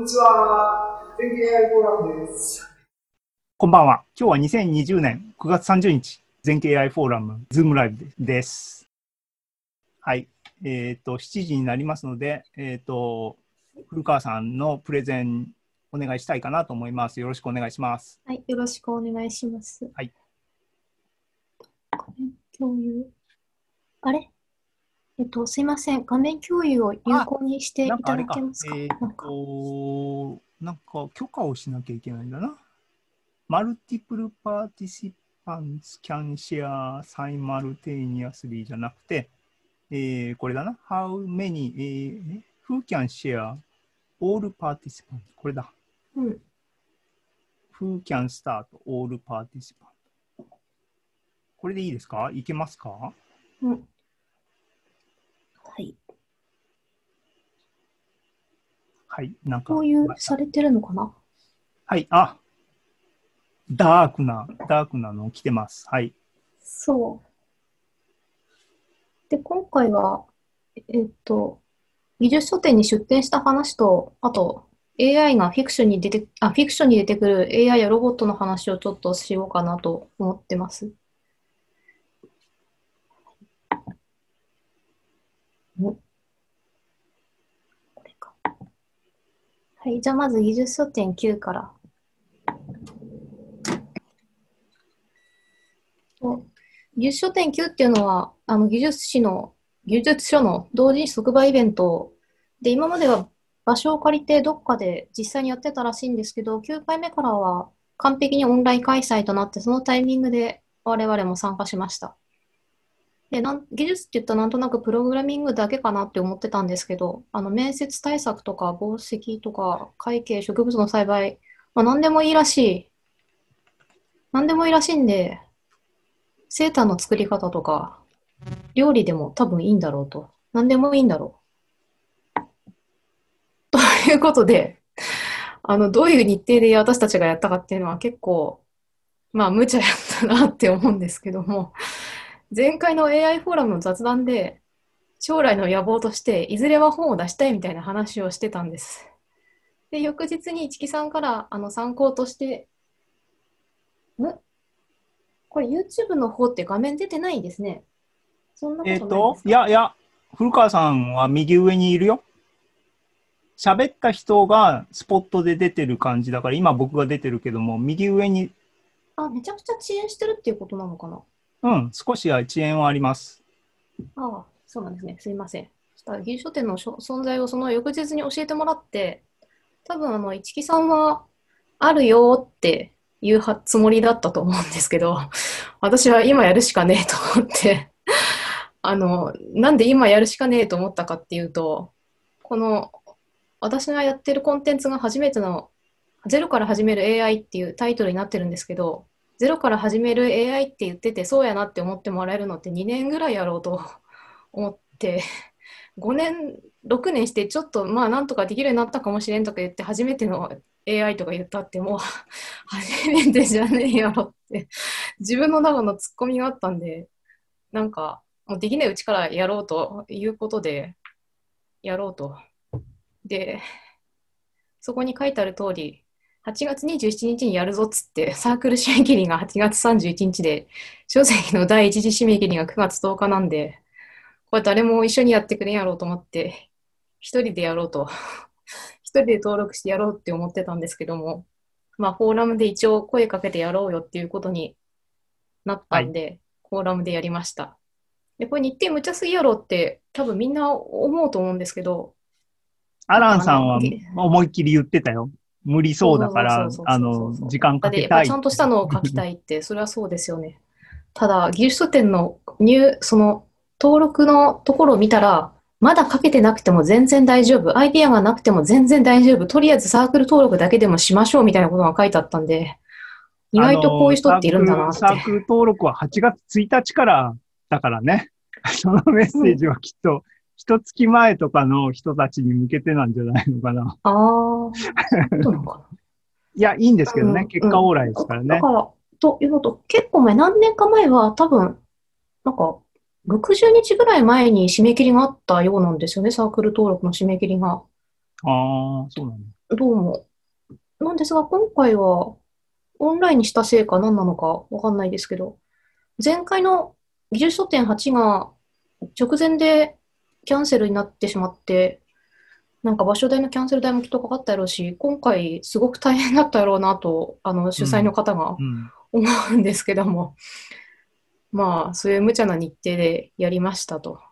にちは。全経 AI フォーラムです。 こんばんは。今日は2020年9月30日、全経 AI フォーラム、ズームライブです。はい。7時になりますので、古川さんのプレゼンお願いしたいかなと思います。よろしくお願いします。 はい、よろしくお願いします。 はい。 画面共有。あれすいません。画面共有を有効にしていただけますか？ なんか許可をしなきゃいけないんだな。Multiple participants can share simultaneously じゃなくて、これだな。How many, who can share all participants? これだ。 うん。 Who can start all participants? これでいいですか？いけますか？ うん。はい。 はい。なんか。 共有されてるのかな？ はい。あ、ダークなの来てます。はい。 そう。で、今回は、技術書店に出展した話と、あと、AI がフィクションに出てくる AI やロボットの話をちょっとしようかなと思ってます。これか。はい、じゃあまず技術書店9から。技術書店9っていうのは、技術書の同人誌即売イベントで、今までは場所を借りてどっかで実際にやってたらしいんですけど、9回目からは完璧にオンライン開催となって、そのタイミングで我々も参加しました。で、技術って言ったらなんとなくプログラミングだけかなって思ってたんですけど、面接対策とか紡績とか会計、植物の栽培、何でもいいらしい。何でもいいらしいんで、セーターの作り方とか、料理でも多分いいんだろうと。何でもいいんだろう。ということで、どういう日程で私たちがやったかっていうのは結構、無茶やったなって思うんですけども、前回の AI フォーラムの雑談で、将来の野望として、いずれは本を出したいみたいな話をしてたんです。で、翌日に市木さんから参考として、これ YouTube の方って画面出てないですね。そんなことないですか？ いや、古川さんは右上にいるよ。喋った人がスポットで出てる感じだから、今僕が出てるけども、右上に。 めちゃくちゃ遅延してるっていうことなのかな？ うん、少しは遅延はあります。 そうなんですね。すいません。技術書店の存在をその翌日に教えてもらって、多分市木さんはあるよっていうつもりだったと思うんですけど、私は今やるしかねえと思ってなんで今やるしかねえと思ったかっていうと、この私がやってるコンテンツが初めてのゼロから始める AI っていうタイトルになってるんですけど、ゼロから始める AI って言ってて、そうやなって思ってもらえるのって2年ぐらいやろうと思って、5年、6年して、ちょっとなんとかできるようになったかもしれんとか言って、初めての AI とか言ったって、もう初めてじゃねえやろって、自分の中のツッコミがあったんで、なんか、もうできないうちからやろうということで、やろうと。で、そこに書いてある通り、8月27日にやるぞっつって、サークル締め切りが8月31日で、書籍の第一次締め切りが9月10日なんで、これ誰も一緒にやってくれんやろうと思って、一人でやろうと、一人で登録してやろうって思ってたんですけども、フォーラムで一応声かけてやろうよっていうことになったんで、フォーラムでやりました。で、これ日程無茶すぎやろって多分みんな思うと思うんですけど、 アランさんは思いっきり言ってたよ。無理そうだから、時間かけたい。 ちゃんとしたのを書きたいって、それはそうですよね。ただ、技術書店のその登録のところを見たら、まだ書けてなくても全然大丈夫。アイディアがなくても全然大丈夫。とりあえずサークル登録だけでもしましょうみたいなことが書いてあったんで、意外とこういう人っているんだなって。 サークル登録は8月1日からだからね。そのメッセージはきっと、一月前とかの人たちに向けてなんじゃないのかな。 そういうことなのかな。 いや、いいんですけどね。結果オーライですからね。 だから、というのと、結構何年か前は多分、なんか、60日ぐらい前に締め切りがあったようなんですよね、サークル登録の締め切りが。 そうなんどうも。なんですが、今回はオンラインにしたせいか何なのかわかんないですけど、前回の技術書店8が直前でキャンセルになってしまって、なんか場所代のキャンセル代もきっとかかったやろうし、今回すごく大変だったやろうなと、主催の方がうん。 思うんですけども、まあ、そういう無茶な日程でやりましたと。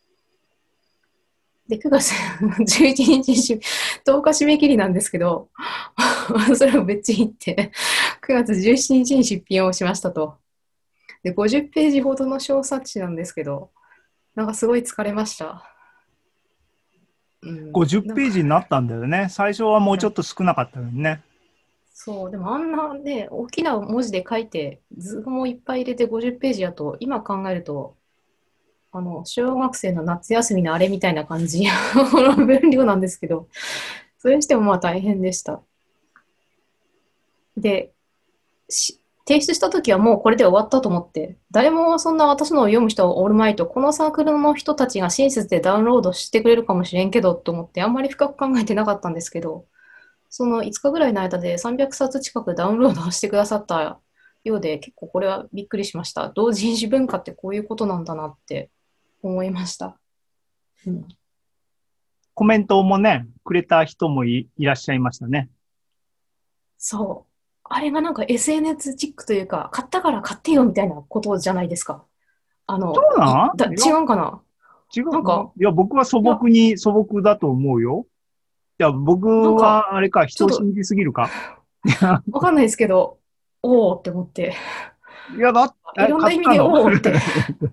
で、9月11日10日締め切りなんですけど、それを別に言って、9月17日に出品をしましたと。で、50ページほどの小冊子なんですけど、なんかすごい疲れました。 50 なんか、 ページになったんだよね。最初はもうちょっと少なかったのにね。 そう、でもあんなね、大きな文字で書いて、図もいっぱい入れて50ページやと、今考えると、小学生の夏休みのあれみたいな感じの分量なんですけど、それにしてもまあ大変でした。で、提出した時はもうこれで終わったと思って、誰もそんな私のを読む人はおるまいと、このサークルの人たちが親切でダウンロードしてくれるかもしれんけどと思って、あんまり深く考えてなかったんですけど、その5日ぐらいの間で300冊近くダウンロードしてくださったようで、結構これはびっくりしました。同人誌文化ってこういうことなんだなって思いました。うん、 コメントもね、くれた人もいらっしゃいましたね。 そう。あれがなんか SNS チックというか、買ったから買ってよみたいなことじゃないですか。 そうなんいや、 違うんかな。 違う。 なんか、 いや、僕はいや、 素朴だと思うよ。いや、僕なんか、 は、あれか、 ちょっと人を信じすぎるか。いや、 わかんないですけど、おおって思って、 いやいろんな意味で買ったのおおって。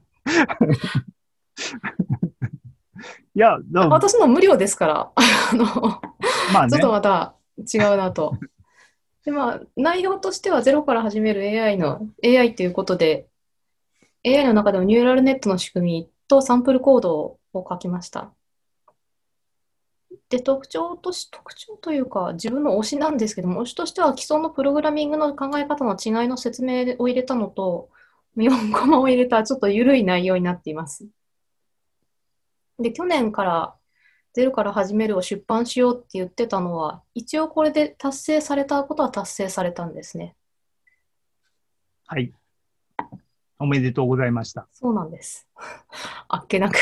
いや、 私の無料ですから、ちょっとまあね。 また違うなと。で、まあ、内容としてはゼロから始める AI ということで、AI の中でもニューラルネットの仕組みとサンプルコードを書きました。で、特徴というか、自分の推しなんですけども、推しとしては既存のプログラミングの考え方の違いの説明を入れたのと、4コマを入れたちょっと緩い内容になっています。で、去年からゼロから始めるを出版しようって言ってたのは、一応これで達成されたことは達成されたんですね。 はい。おめでとうございました。 そうなんです。あっけなく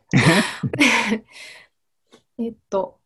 えっと、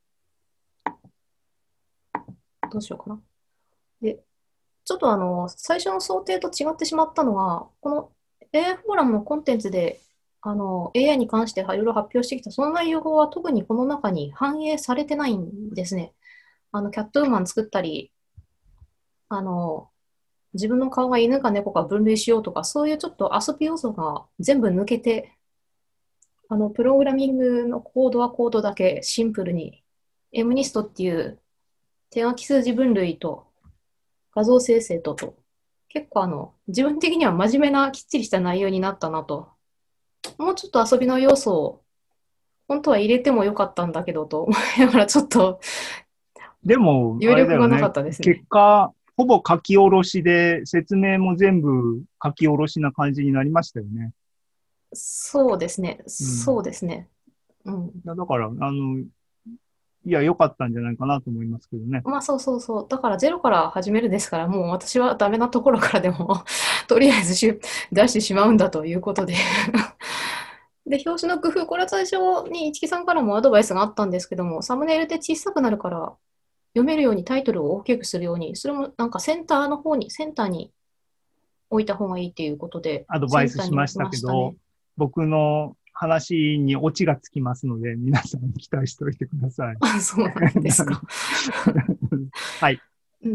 どうしようかな。で、ちょっと最初の想定と違ってしまったのは、この AI フォーラムのコンテンツで、AI に関していろいろ発表してきた、その内容は特にこの中に反映されてないんですね。キャットウーマン作ったり、あの、自分の顔が犬か猫か分類しようとか、そういうちょっと遊び要素が全部抜けて、プログラミングのコードはコードだけシンプルに、MNIST っていう手書き数字分類と画像生成と、結構自分的には真面目なきっちりした内容になったなと。もうちょっと遊びの要素を本当は入れてもよかったんだけどと思いながらちょっとでも、あ余れだよね。 力がなかったです結ね。 果、ほぼ書き下ろしで、説明も全部書き下ろしな感じになりましたよね。 そうですね。 うん。 そうですね。うん。 だから、いや、良かったんじゃないかなと思いますけどね。 まあそうそうそう。だからゼロから始めるですから、もう私はダメなところからでもとりあえず出してしまうんだということでで、表紙の工夫、これは最初に市木さんからもアドバイスがあったんですけども、サムネイルで小さくなるから読めるようにタイトルを大きくするように、それもなんかセンターに置いた方がいいっていうことで、 アドバイセンターに置きスしましたけど、 ましたね。 僕の話にオチがつきますので、皆さん期待しておいてください。 あ、そうなんですか。 はい。 うん。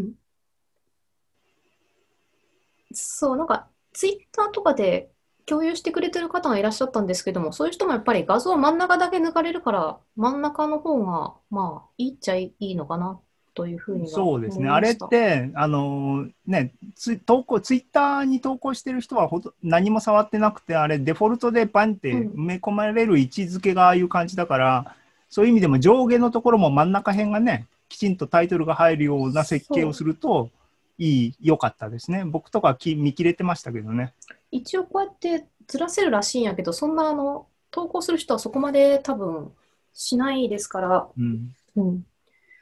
そう、なんか、ツイッターとかで共有してくれてる方がいらっしゃったんですけども、そういう人もやっぱり画像真ん中だけ抜かれるから、真ん中の方が、まあ、いいっちゃいいのかな、というふうにはそうですね。あれっ思いました。 て、ね、ツイッターに投稿してる人は何も触ってなくて、あれデフォルトでバンってうん。 埋め込まれる位置づけがああいう感じだから、そういう意味でも上下のところも真ん中辺がね、きちんとタイトルが入るような設計をそう。 すると良かったですね。僕とか見切れてましたけどね。 一応こうやってずらせるらしいんやけど、そんな投稿する人はそこまで多分しないですから、 うん。 うん。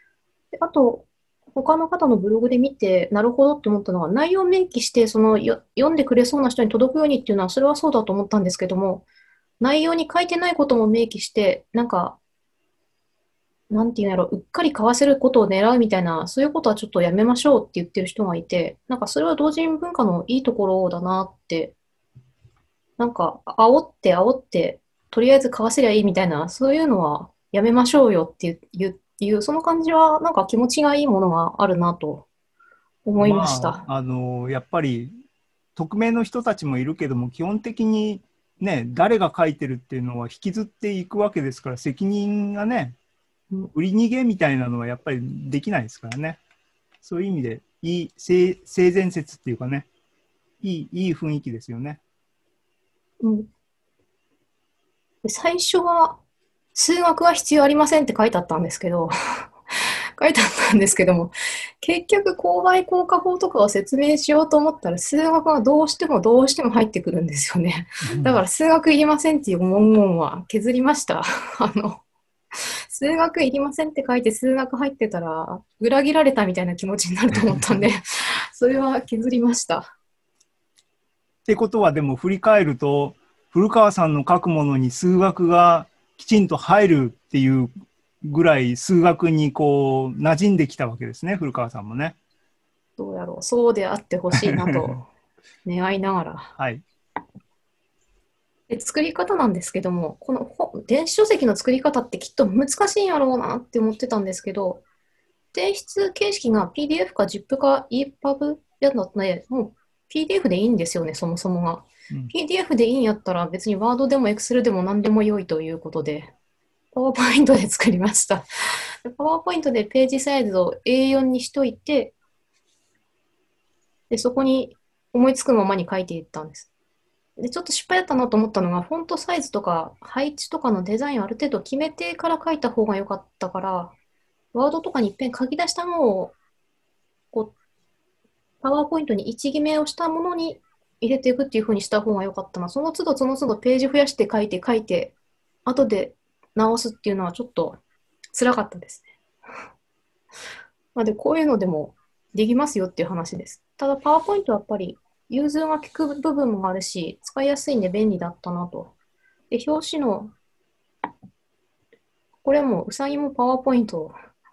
で、あと、他の方のブログで見て、なるほどって思ったのは、内容を明記して、読んでくれそうな人に届くようにっていうのは、それはそうだと思ったんですけども、内容に書いてないことも明記して、なんか、なんていうんやろ、うっかり買わせることを狙うみたいな、そういうことはちょっとやめましょうって言ってる人がいて、なんかそれは同人文化のいいところだなって、なんか煽って、とりあえず買わせりゃいいみたいな、そういうのはやめましょうよっていう、その感じはなんか気持ちがいいものがあるなと思いましまた。 あ、やっぱり匿名の人たちもいるけども、基本的にね、誰が書いてるっていうのは引きずっていくわけですから、責任がね、 うん、 売り逃げみたいなのはやっぱりできないですからね。そういう意味で、性善説っていうかね、いい雰囲気ですよね。 うん、で最初は、数学は必要ありませんって書いてあったんですけど、書いてあったんですけども、結局、購買効果法とかを説明しようと思ったら、数学がどうしても入ってくるんですよね。だから、数学いりませんっていう文言は削りました。数学いりませんって書いて数学入ってたら、裏切られたみたいな気持ちになると思ったんで、それは削りました。 ってことはでも振り返ると、古川さんの書くものに数学がきちんと入るっていうぐらい数学にこう馴染んできたわけですね、古川さんもね。 どうやろう。そうであってほしいなと願いながら。 はい。 で、作り方なんですけども、この電子書籍の作り方ってきっと難しいんやろうなって思ってたんですけど、提出形式が PDF か ZIP か EPUB やったので、もう PDF でいいんですよね、そもそもが。 うん、 PDF でいいんやったら別に Word でも Excel でも何でも良いということで、PowerPoint で作りました。PowerPoint でページサイズを A4 にしといて、で、そこに思いつくままに書いていったんです。で、ちょっと失敗だったなと思ったのが、フォントサイズとか配置とかのデザインをある程度決めてから書いた方が良かったから、ワードとかにいっぺん書き出したのを、こう、パワーポイントに位置決めをしたものに入れていくっていう風にした方が良かったな。その都度その都度ページ増やして書いて、後で直すっていうのはちょっと辛かったですね。まあ、で、こういうのでもできますよっていう話です。ただ、パワーポイントはやっぱり融通が利く部分もあるし、使いやすいんで便利だったなと。で、表紙の、これもうさぎもパワーポイント。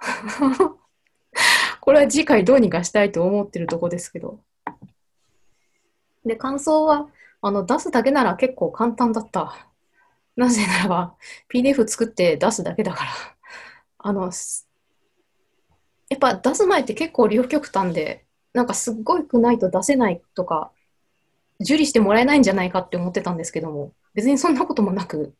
これは次回どうにかしたいと思ってるとこですけど。で、感想は、出すだけなら結構簡単だった。なぜならば、PDF 作って出すだけだから。やっぱ出す前って結構両極端で、なんかすっごくないと出せないとか、受理してもらえないんじゃないかって思ってたんですけども、別にそんなこともなく、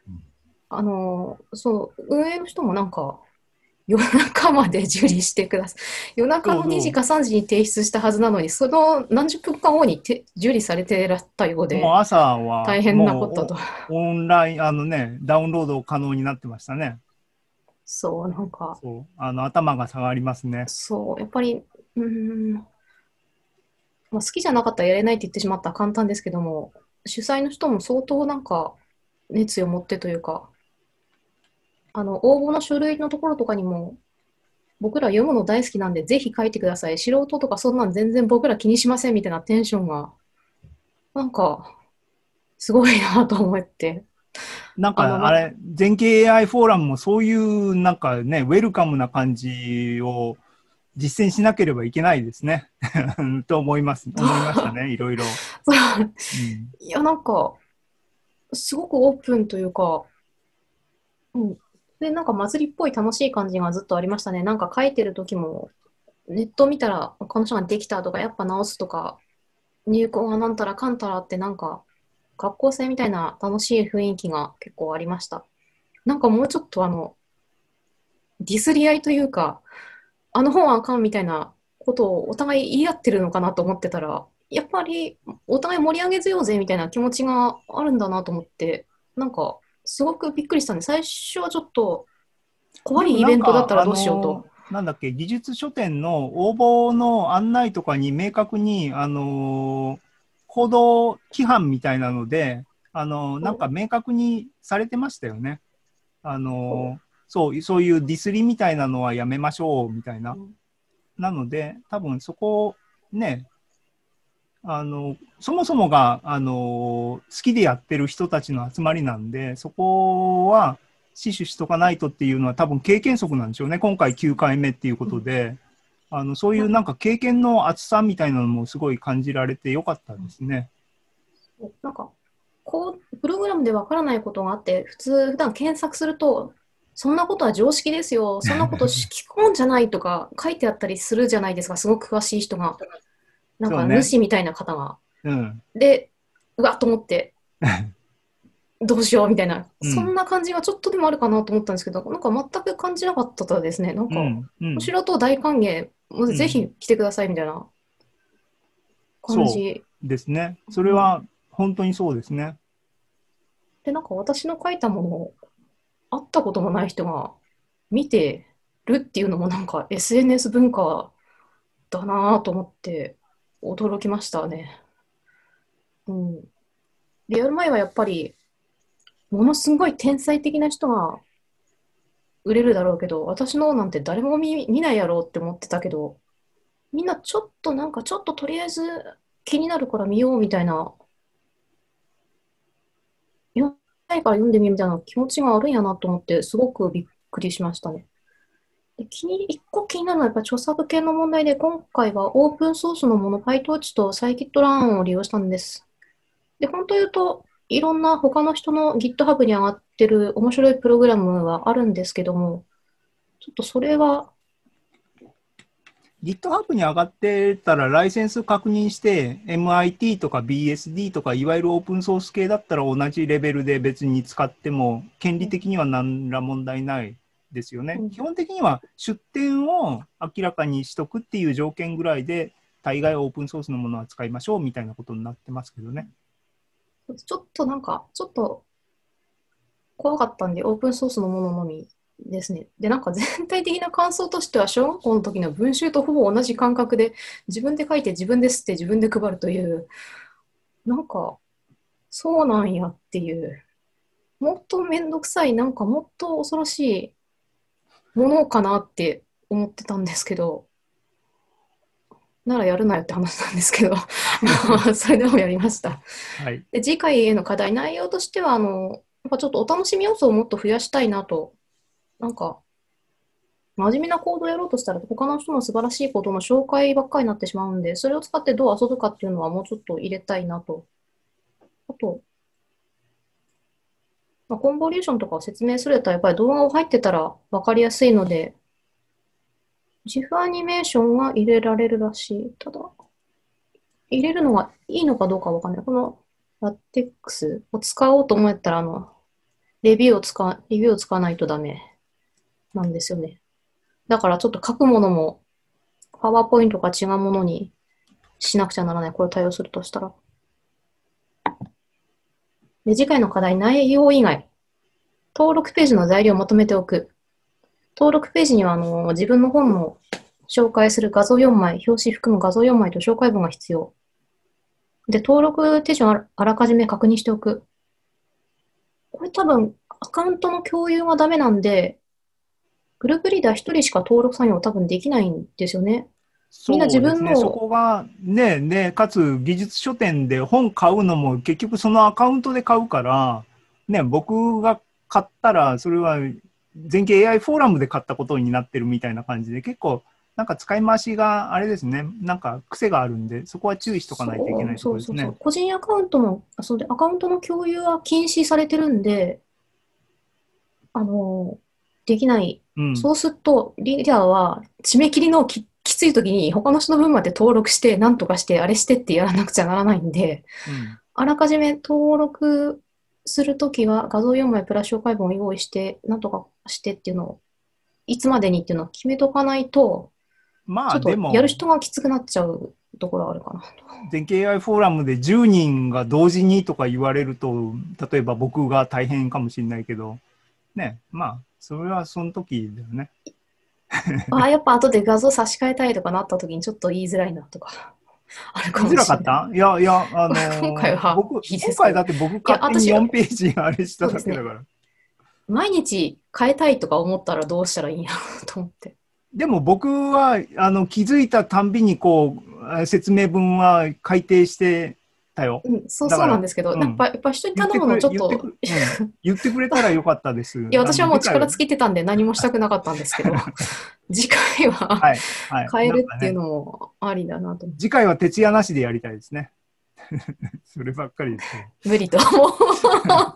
運営の人もなんか、夜中まで受理してください。夜中の2 そうそ時か3時に提出したはずなのに、その何十分間後に受理されてらったようう。もうで、 朝は大変なことと。 もうオンライン、ダウンロード可能になってましたね。 そう、なんか、 そう。頭が下がりますね。 そう、やっぱり、まあ、好きじゃなかったらやれないって言ってしまったら簡単ですけども、主催の人も相当なんか熱意を持ってというか、応募の書類のところとかにも、僕ら読むの大好きなんで、ぜひ書いてください。素人とかそんなん全然僕ら気にしませんみたいなテンションが、なんか、すごいなと思って。 なんあの、ま、 かあれ、全景 AI フォーラムもそういうなんかね、ウェルカムな感じを実践しなければいけないですね。と思いましたね、いろいろ。うん。 いや、なんか、すごくオープンというか、うん。で、なんか祭りっぽい楽しい感じがずっとありましたね。なんか書いてる時も、ネット見たら、この人ができたとか、やっぱ直すとか、入稿がなんたらかんたらってなんか、学校生みたいな楽しい雰囲気が結構ありました。なんかもうちょっとディスり合いというか、あの本はあかんみたいなことをお互い言い合ってるのかなと思ってたら、やっぱりお互い盛り上げようぜみたいな気持ちがあるんだなと思って、なんかすごくびっくりしたんで、最初はちょっと怖でもいイベントだったなんか、 らどうしようと。 なんだっけ、技術書店の応募の案内とかに明確に、行動規範みたいなので、なんか明確にされてましたよね。 そういうディスりみたいなのはやめましょうみたいな。なので、多分そこね、そもそもが、好きでやってる人たちの集まりなんで、そこは死守しとかないとっていうのは多分経験則なんでしょうね。今回9回目っていうことで、そういうなんか経験の厚さみたいなのもすごい感じられてよかったですね。 なんか、プログラムでわからないことがあって、普段検索すると、そんなことは常識ですよ、そんなこと聞くもんじゃないとか書いてあったりするじゃないですか、すごく詳しい人が。なんか、 そうね。 主みたいな方が。 うん。 で、うわっと思って、どうしようみたいな、 うんそんな感じがちょっとでもあるかなと思ったんですけど、なんか全く感じなかったですね。なんか、 うんうんむしろと大歓迎、ぜひ来てくださいみたいな感そじ。 うですね。それは本当にそうですね。 で、なんか私の書いたものを会ったこともない人が見てるっていうのもなんか SNS 文化だなぁと思って驚きましたね。うん。で、やる前はやっぱりものすごい天才的な人が売れるだろうけど、私のなんて誰も見ないやろうって思ってたけど、みんなちょっとなんかちょっととりあえず気になるから見ようみたいな、読みたいから読んでみるみたいな気持ちがあるんやなと思ってすごくびっくりしましたね。で一個気になるのはやっぱり著作権の問題で、今回はオープンソースのもの、PyTorch と Scikit-learn を利用したんです。で、本当言うと、いろんな他の人の GitHub に上がってる面白いプログラムはあるんですけども、ちょっとそれは、 GitHub に上がってたらライセンス確認して MIT とか BSD とかいわゆるオープンソース系だったら同じレベルで別に使っても権利的には何ら問題ないですよね。 うん基本的には出典を明らかにしとくっていう条件ぐらいで大概オープンソースのものは使いましょうみたいなことになってますけどね。 ちょっとなんか、ちょっと怖かったんで、オープンソースのもののみですね。で、なんか全体的な感想としては、小学校の時の文集とほぼ同じ感覚で、自分で書いて、自分で吸って、自分で配るという、なんか、そうなんやっていう、もっとめんどくさい、なんかもっと恐ろしいものかなって思ってたんですけど、ならやるなよって話なんですけど、それでもやりました。 はい。 で、次回への課題、内容としては、やっぱちょっとお楽しみ要素をもっと増やしたいなと、なんか、真面目なコードをやろうとしたら、他の人の素晴らしいコードの紹介ばっかりになってしまうんで、それを使ってどう遊ぶかっていうのはもうちょっと入れたいなと。あと、コンボリューションとかを説明すると、やっぱり動画が入ってたら分かりやすいので、自負アニメーションが入れられるらしい。ただ、入れるのがいいのかどうかわかんない。このラテックスを使おうと思ったら、レビューを使わないとダメなんですよね。だからちょっと書くものも、パワーポイントか違うものにしなくちゃならない。これを対応するとしたら。で、次回の課題、内容以外。登録ページの材料をまとめておく。登録ページには、自分の本の紹介する画像4枚、表紙含む画像4枚と紹介文が必要。で、登録手順をあらかじめ確認しておく。これ多分、アカウントの共有がダメなんで、グループリーダー1人しか登録作業を多分できないんですよね。みんな自そうですね。そ分の、 こがね、かつ技術書店で本買うのも結局そのアカウントで買うから、ね、僕が買ったらそれは全景 AI フォーラムで買ったことになってるみたいな感じで結構なんか使い回しがあれですね、なんか癖があるんで、そこは注意しとかないといけないところですね。 個人アカウントの、そうで、アカウントの共有は禁止されてるんで、できない。 うん。 そうすると、リーダーは締め切りのきつい時に他の人の分まで登録して、なんとかして、あれしてってやらなくちゃならないんで、 うん。 あらかじめ登録するときは画像4枚プラス紹介文を用意して、なんとかしてっていうのを、いつまでにっていうのを決めとかないと、 まあちょっとやるでも、 人がきつくなっちゃうところはあるかなと。 全景 AI フォーラムで10人が同時にとか言われると、例えば僕が大変かもしれないけど、ね、まあ、それはその時だよね。 やっぱ後で画像差し替えたいとかなった時にちょっと言いづらいなとかあるか言いづらかっもしれない。 たいやいや、 今回は僕、 いいですけど。 今回だって僕いや、 勝手に4ページあれしたそうですね。 だけだから。 毎日変えたいとか思ったらどうしたらいいんやろうと思って。 でも僕は気づいたたんびにこう説明文は改訂してたよ。 うん、そうだから、 そうなんですけど、 うん、 やっぱ人に頼むのちょっと、 言ってくれたらよかったです。 いや、私はもう次回は、 力尽きてたんで何もしたくなかったんですけど、次回ははい、はい、 変えなんかね、 るっていうのもありだなと思って。 次回は徹夜なしでやりたいですね。そればっかりですけど。 無理と思う。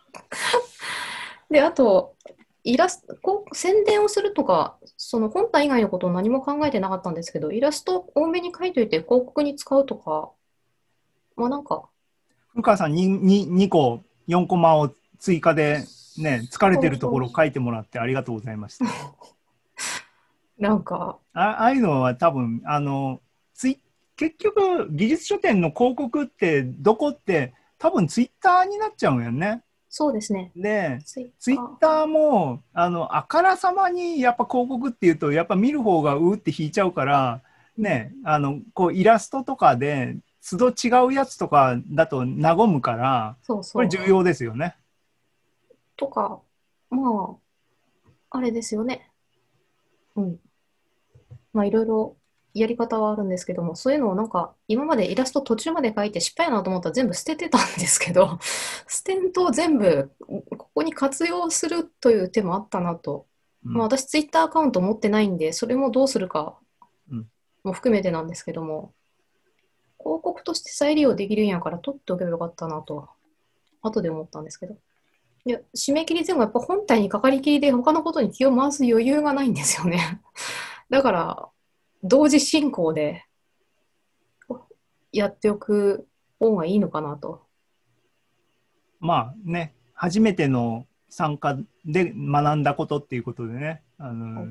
で、あと、宣伝をするとか、その本体以外のことを何も考えてなかったんですけど、イラストを多めに描いといて広告に使うとか、まあなんか、 古川さんに2個、4コマを追加でね、疲れてるところを書いてもらってありがとうございました。 なんか、 ああいうのは多分、結局、技術書店の広告ってどこって多分ツイッターになっちゃうんよね。 そうですね。 で、 ツイッツイッター。 ターも、あからさまにやっぱ広告っていうと、やっぱ見る方がうーって引いちゃうから、ね、こうイラストとかで、都度違うやつとかだと和むから、 そうそう。 これ重要ですよね。 とか、まあ、あれですよね。うん。まあ、いろいろやり方はあるんですけども、そういうのをなんか、今までイラスト途中まで描いて失敗やなと思ったら全部捨ててたんですけど、捨てんと全部ここに活用するという手もあったなと。まあ、 うん。 私、ツイッターアカウント持ってないんで、それもどうするかうん。 も含めてなんですけども、広告として再利用できるんやから取っておけばよかったなと、後で思ったんですけど。いや、締め切り前後やっぱ本体にかかりきりで他のことに気を回す余裕がないんですよね。だから、同時進行でやっておく方がいいのかなと。 まあね、初めての参加で学んだことっていうことでね、 はい、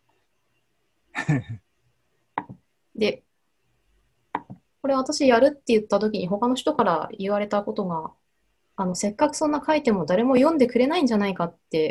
で、これ私やるって言った時に他の人から言われたことが、せっかくそんな書いても誰も読んでくれないんじゃないかって、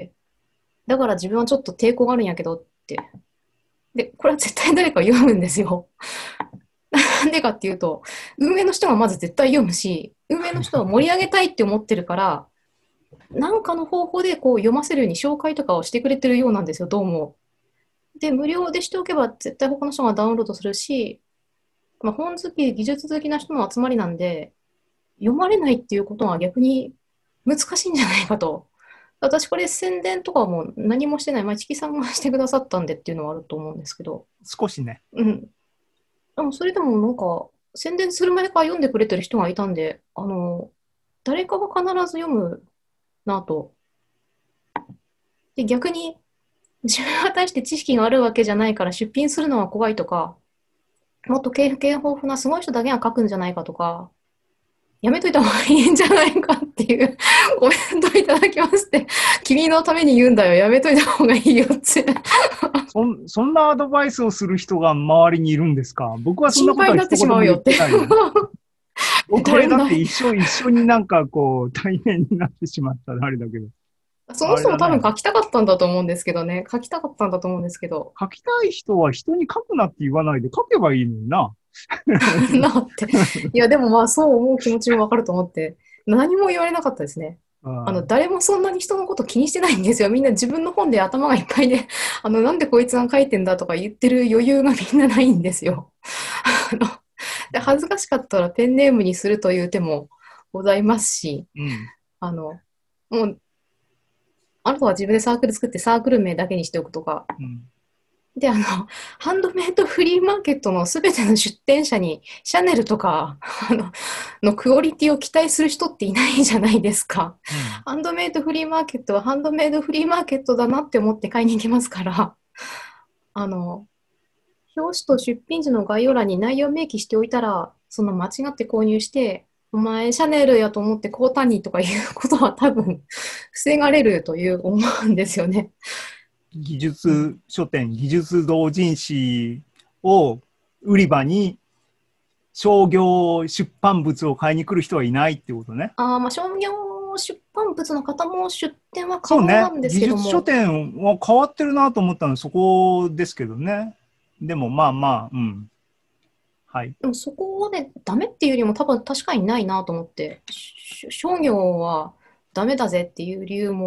だから自分はちょっと抵抗があるんやけどって。で、これは絶対誰か読むんですよ。なんでかっていうと、運営の人がまず絶対読むし、運営の人は盛り上げたいって思ってるから、なんかの方法でこう読ませるように紹介とかをしてくれてるようなんですよ、どうも。で、無料でしておけば絶対他の人がダウンロードするし、まあ、本好き、技術好きな人の集まりなんで、読まれないっていうことは逆に難しいんじゃないかと。私これ宣伝とかも何もしてない、まあ、市木さんがしてくださったんでっていうのはあると思うんですけど、 少しね。 うん。でもそれでもなんか、宣伝する前から読んでくれてる人がいたんで、誰かが必ず読むなと。で、逆に自分が対して知識があるわけじゃないから出品するのは怖いとか、もっと経験豊富なすごい人だけが書くんじゃないかとか、やめといた方がいいんじゃないかっていうコメントいただきまして、君のために言うんだよ、やめといた方がいいよって。 そんなアドバイスをする人が周りにいるんですか？僕はそんなことは心配になってし一言も言っまうよって。 てないよ。僕はだって誰もない。 一緒になんかこう大変になってしまったらあれだけど。 その人も多分あれだね。 書きたかったんだと思うんですけどね。書きたかったんだと思うんですけど。 書きたい人は人に書くなって言わないで書けばいいのにな。 なって。いや、でもまあそう思う気持ちもわかると思って、何も言われなかったですね。誰もそんなに人のこと気にしてないんですよ。みんな自分の本で頭がいっぱいで、なんでこいつが書いてんだとか言ってる余裕がみんなないんですよ。あので恥ずかしかったらペンネームにするという手もございますし、 うん。 もう、あなたは自分でサークル作ってサークル名だけにしておくとか、 うん。 で、ハンドメイドフリーマーケットのすべての出店者に、シャネルとか、クオリティを期待する人っていないじゃないですか。 うん。 ハンドメイドフリーマーケットはハンドメイドフリーマーケットだなって思って買いに行きますから、あの、表紙と出品時の概要欄に内容明記しておいたら、その間違って購入して、お前、シャネルやと思って買うたにとかいうことは多分防がれるという思うんですよね。 技うん、 術書店、技術同人誌を売り場に商業出版物を買いに来る人はいないってことね。 まあ、商業出版物の方も出店は可そうね。 能なんです技術書けども、 店は変わってるなと思ったのはそこですけどね。でもまあまあ、うん。はい。 でもそこでダメっていうよりも多分確かにないなと思って、商業はダメだぜっていう理由も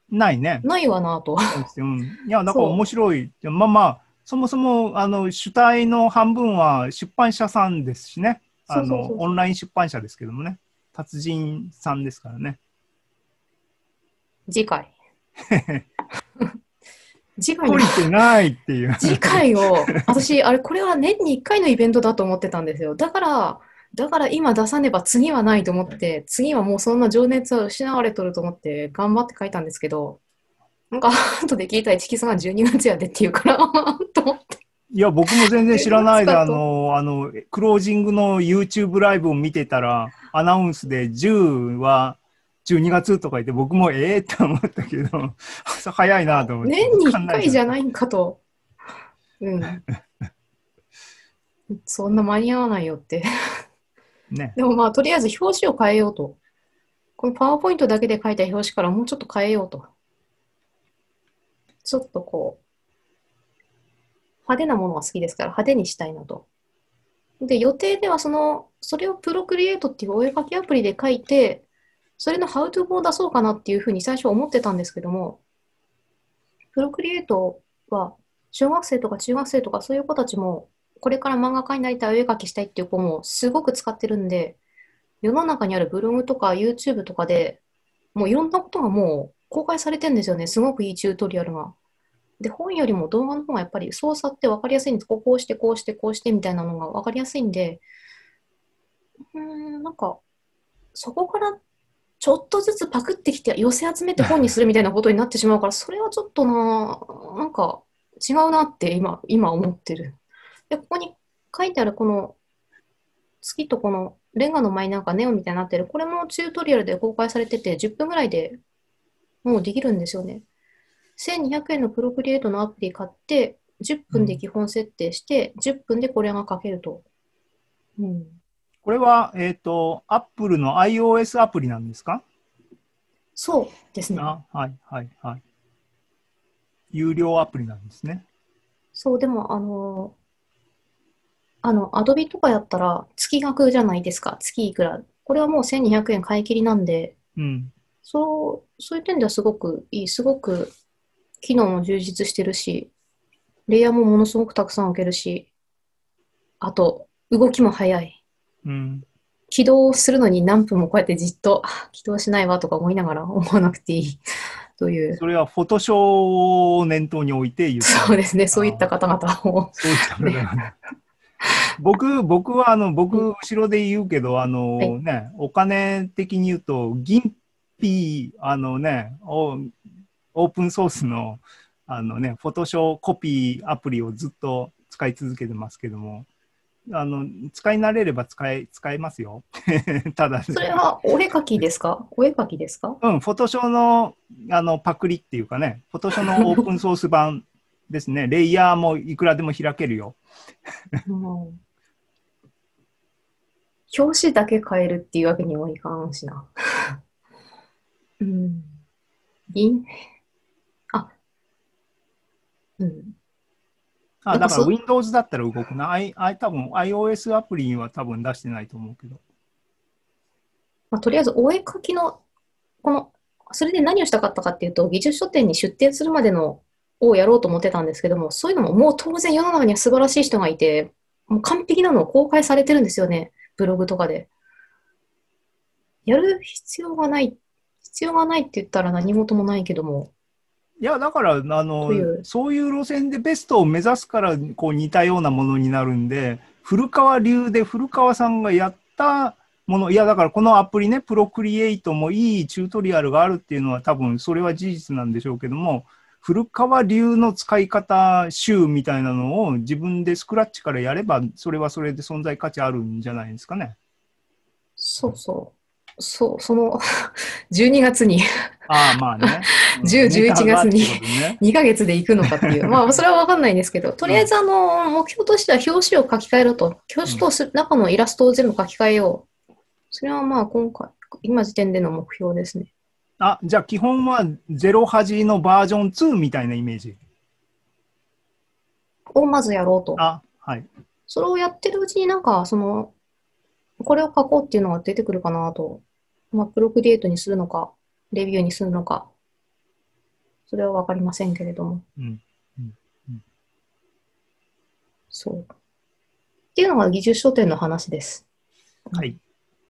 ないね。 ないわなと。 そうですよ。いや、だから面白い。まあまあ、そもそも主体の半分は出版社さんですしね。 そうそうそうそう。 オンライン出版社ですけどもね。達人さんですからね。 次回。次回懲りてないっていう。 次回を、私、これは年に1回のイベントだと思ってたんですよ。だから今出さねば次はないと思って、次はもうそんな情熱は失われとると思って頑張って書いたんですけど、なんか後で聞いたら、チキさんが12月やでって言うから、と思って。 いや、僕も全然知らないで、 月かとクロージングの YouTube ライブを見てたら、アナウンスで10は12月とか言って、僕もええって思ったけど、早いなと思って。 年に1 時間ないじゃん回じゃないんかと。うん。そんな間に合わないよって。 ね。 でもまあ、とりあえず表紙を変えようと。このパワーポイントだけで書いた表紙からもうちょっと変えようと。ちょっとこう、派手なものが好きですから派手にしたいなと。で、予定ではそれをプロクリエイトっていうお絵描きアプリで書いて、それのハウトゥーを出そうかなっていうふうに最初思ってたんですけども、プロクリエイトは小学生とか中学生とかそういう子たちも、これから漫画家になりたい、お絵描きしたいっていう子もすごく使ってるんで、世の中にあるブログとか YouTube とかでもういろんなことがもう公開されてるんですよね。すごくいいチュートリアルが。で、本よりも動画の方がやっぱり操作って分かりやすいんです。こうして、こうして、こうしてみたいなのが分かりやすいんで、なんか、そこからちょっとずつパクってきて寄せ集めて本にするみたいなことになってしまうから、それはちょっとなんか違うなって今思ってる。で、ここに書いてあるこの月とこのレンガの前になんかネオンみたいになってる、これもチュートリアルで公開されてて、10分ぐらいでもうできるんですよね。1200円のプロクリエイトのアプリ買って、10分で基本設定して、10分でこれが書けると。うん、 これは、Apple の iOS アプリなんですか？ そうですね。 はいはいはい。有料アプリなんですね。 そう、でも、アドビとかやったら月額じゃないですか。月いくら。これはもう1200円買い切りなんで、 うん。 そういう点ではすごくいい。すごく機能も充実してるし、レイヤーもものすごくたくさん置けるし、あと、動きも早い。 うん。 起動するのに何分もこうやってじっと起動しないわとか思いながら思わなくていいという。 それはフォトショーを念頭に置いて言ってる。 そうですね。そういった方々を。 そういった方々。僕は後ろで言うけど、 はい。 お金的に言うと、銀ピオープンソースの、フォトショーコピーアプリをずっと使い続けてますけども、使い慣れれば使えますよ。ただ、 それはお絵描きですか？お絵描きですか？ うん、フォトショーの、パクリっていうかね、フォトショーのオープンソース版ですね、レイヤーもいくらでも開けるよ。 もう表紙だけ変えるっていうわけにはいかんしな。うん。銀あ、うん。 だからなんか Windows だったら動くな。多分 iOS アプリには多分出してないと思うけど。 まあ、とりあえずお絵描きの、この、それで何をしたかったかっていうと、技術書店に出展するまでのをやろうと思ってたんですけども、そういうのももう当然世の中には素晴らしい人がいて、もう完璧なのを公開されてるんですよね。ブログとかで。やる必要がないって言ったら何事もないけども、 いや、だからという。 そういう路線でベストを目指すからこう似たようなものになるんで、古川流で古川さんがやったもの、いや、だからこのアプリね、プロクリエイトもいいチュートリアルがあるっていうのは多分それは事実なんでしょうけども、古川流の使い方集みたいなのを自分でスクラッチからやれば、それはそれで存在価値あるんじゃないですかね。 そうそう。その12月にまあね。 10、 ネ 11 タがって月にことね。 2ヶ月で行くのかっていう。まあ、それはわかんないんですけど、とりあえず目標としては表紙を書き換えろと。表紙と中のイラストを全部書き換えよう。それはまあ、今時点での目標ですね。 じゃあ基本は08のバージョン2みたいなイメージ。 をまずやろうと。 はい。 それをやってるうちになんか、これを書こうっていうのが出てくるかなと。まあ、プロクリエイトにするのか、レビューにするのか。 それはわかりませんけれども。 うん。 そう。っていうのが技術書店の話です。 はい。